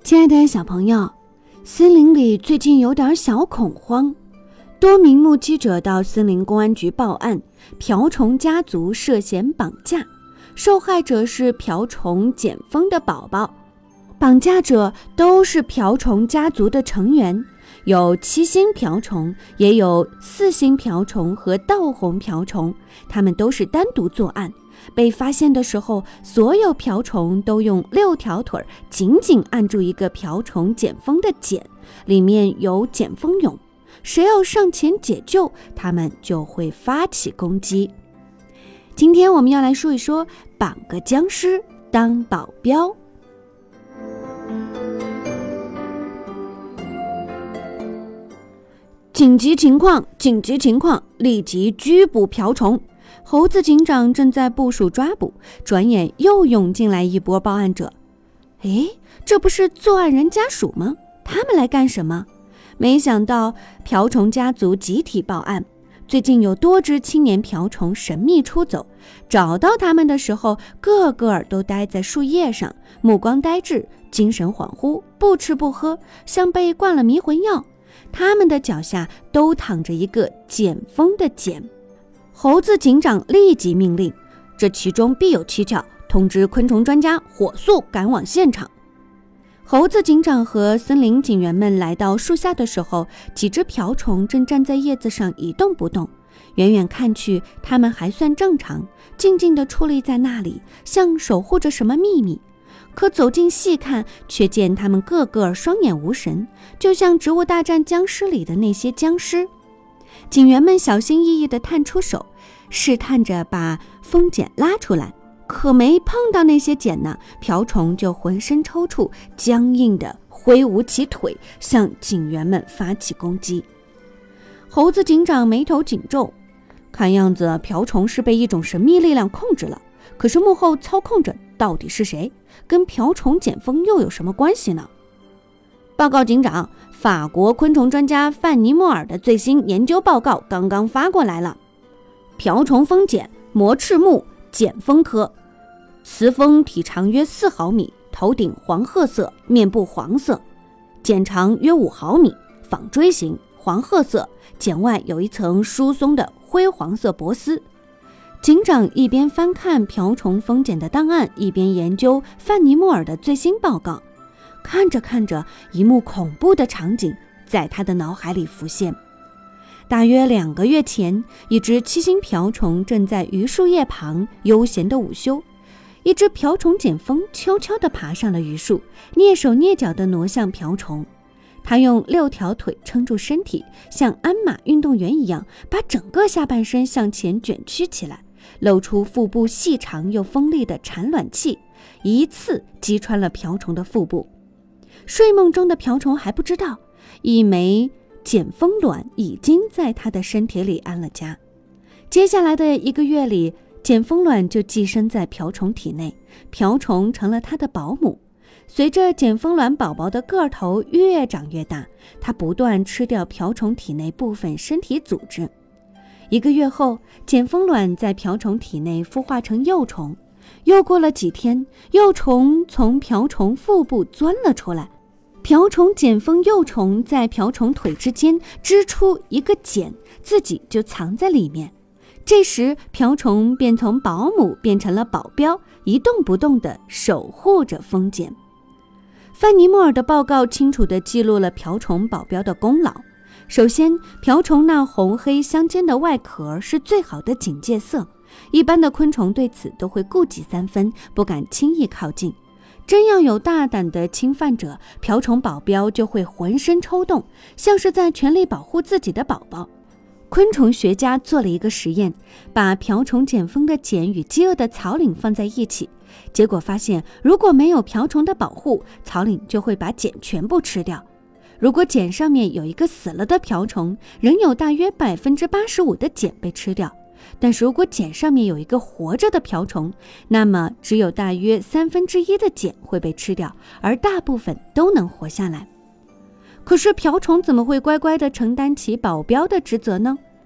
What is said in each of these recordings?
亲爱的小朋友，森林里最近有点小恐慌，多名目击者到森林公安局报案，瓢虫家族涉嫌绑架，受害者是瓢虫捡蜂的宝宝，绑架者都是瓢虫家族的成员，有7星瓢虫，也有4星瓢虫和稻红瓢虫，他们都是单独作案。被发现的时候，所有瓢虫都用6条腿紧紧按住一个瓢虫捡蜂的茧，里面有捡蜂蛹，谁要上前解救，他们就会发起攻击。今天我们要来说一说绑个僵尸当保镖。紧急情况，紧急情况，立即拘捕瓢虫。猴子警长正在部署抓捕，转眼又涌进来一波报案者。诶，这不是作案人家属吗？他们来干什么？没想到瓢虫家族集体报案，最近有多只青年瓢虫神秘出走，找到他们的时候，个个都待在树叶上，目光呆滞，精神恍惚，不吃不喝，像被灌了迷魂药。他们的脚下都躺着一个捡蜂的茧。猴子警长立即命令，这其中必有蹊跷，通知昆虫专家火速赶往现场。猴子警长和森林警员们来到树下的时候，几只瓢虫正站在叶子上一动不动，远远看去，它们还算正常，静静地矗立在那里，像守护着什么秘密。可走近细看，却见它们个个双眼无神，就像《植物大战僵尸》里的那些僵尸。警员们小心翼翼地探出手，试探着把蜂茧拉出来，可没碰到那些茧呢，瓢虫就浑身抽搐，僵硬地挥舞起腿，向警员们发起攻击。猴子警长眉头紧皱，看样子瓢虫是被一种神秘力量控制了，可是幕后操控者到底是谁？跟瓢虫捡蜂又有什么关系呢？报告警长，法国昆虫专家范尼莫尔的最新研究报告刚刚发过来了。瓢虫蜂茧，膜翅目，茧蜂科。雌蜂体长约4毫米，头顶黄褐色，面部黄色，茧长约5毫米，纺锥形，黄褐色，茧外有一层疏松的灰黄色薄丝。警长一边翻看瓢虫蜂茧的档案，一边研究范尼莫尔的最新报告。看着看着，一幕恐怖的场景在他的脑海里浮现。大约2个月前，一只7星瓢虫正在榆树叶旁悠闲的午休，一只瓢虫捡蜂悄悄地爬上了榆树，蹑手蹑脚地挪向瓢虫。他用6条腿撑住身体，像鞍马运动员一样，把整个下半身向前卷曲起来，露出腹部细长又锋利的产卵器，一刺击穿了瓢虫的腹部。睡梦中的瓢虫还不知道，一枚捡蜂卵已经在他的身体里安了家。接下来的1个月里，捡蜂卵就寄生在瓢虫体内，瓢虫成了他的保姆。随着捡蜂卵宝宝的个头越长越大，他不断吃掉瓢虫体内部分身体组织。1个月后，捡蜂卵在瓢虫体内孵化成幼虫。又过了几天，幼虫从瓢虫腹部钻了出来，瓢虫捡蜂幼虫在瓢虫腿之间织出一个茧，自己就藏在里面。这时瓢虫便从保姆变成了保镖，一动不动地守护着蜂茧。范尼莫尔的报告清楚地记录了瓢虫保镖的功劳。首先，瓢虫那红黑相间的外壳是最好的警戒色，一般的昆虫对此都会顾忌3分，不敢轻易靠近。真要有大胆的侵犯者，瓢虫保镖就会浑身抽动，像是在全力保护自己的宝宝。昆虫学家做了一个实验，把瓢虫捡蜂的茧与饥饿的草领放在一起，结果发现，如果没有瓢虫的保护，草领就会把茧全部吃掉。如果茧上面有一个死了的瓢虫，仍有大约85%的茧被吃掉。但是如果茧上面有一个活着的瓢虫，那么只有大约1/3的茧会被吃掉，而大部分都能活下来。可是瓢虫怎么会乖乖地承担起保镖的职责呢？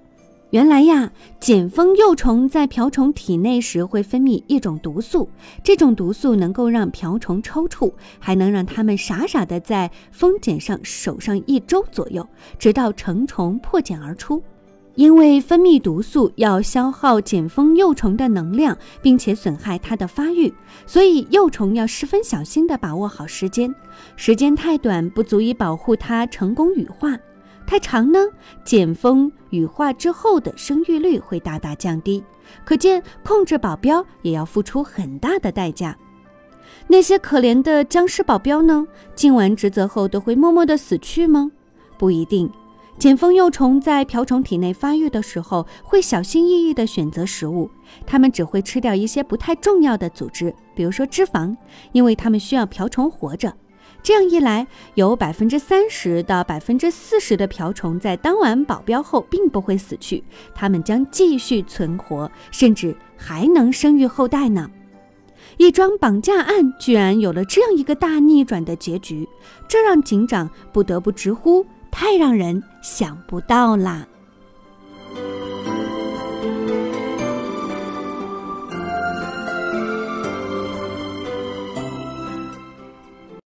原来呀，碱蜂幼虫在瓢虫体内时会分泌一种毒素，这种毒素能够让瓢虫抽搐，还能让它们傻傻地在蜂茧上守上1周左右，直到成虫破茧而出。因为分泌毒素要消耗碱蜂幼虫的能量，并且损害它的发育，所以幼虫要十分小心地把握好时间。时间太短，不足以保护它成功羽化；太长呢，碱蜂羽化之后的生育率会大大降低。可见控制保镖也要付出很大的代价。那些可怜的僵尸保镖呢？尽完职责后都会默默地死去吗？不一定。碱蜂幼虫在瓢虫体内发育的时候，会小心翼翼地选择食物，它们只会吃掉一些不太重要的组织，比如说脂肪，因为它们需要瓢虫活着。这样一来，有 30%到 40% 的瓢虫在当完保镖后并不会死去，它们将继续存活，甚至还能生育后代呢。一桩绑架案居然有了这样一个大逆转的结局，这让警长不得不直呼太让人想不到啦。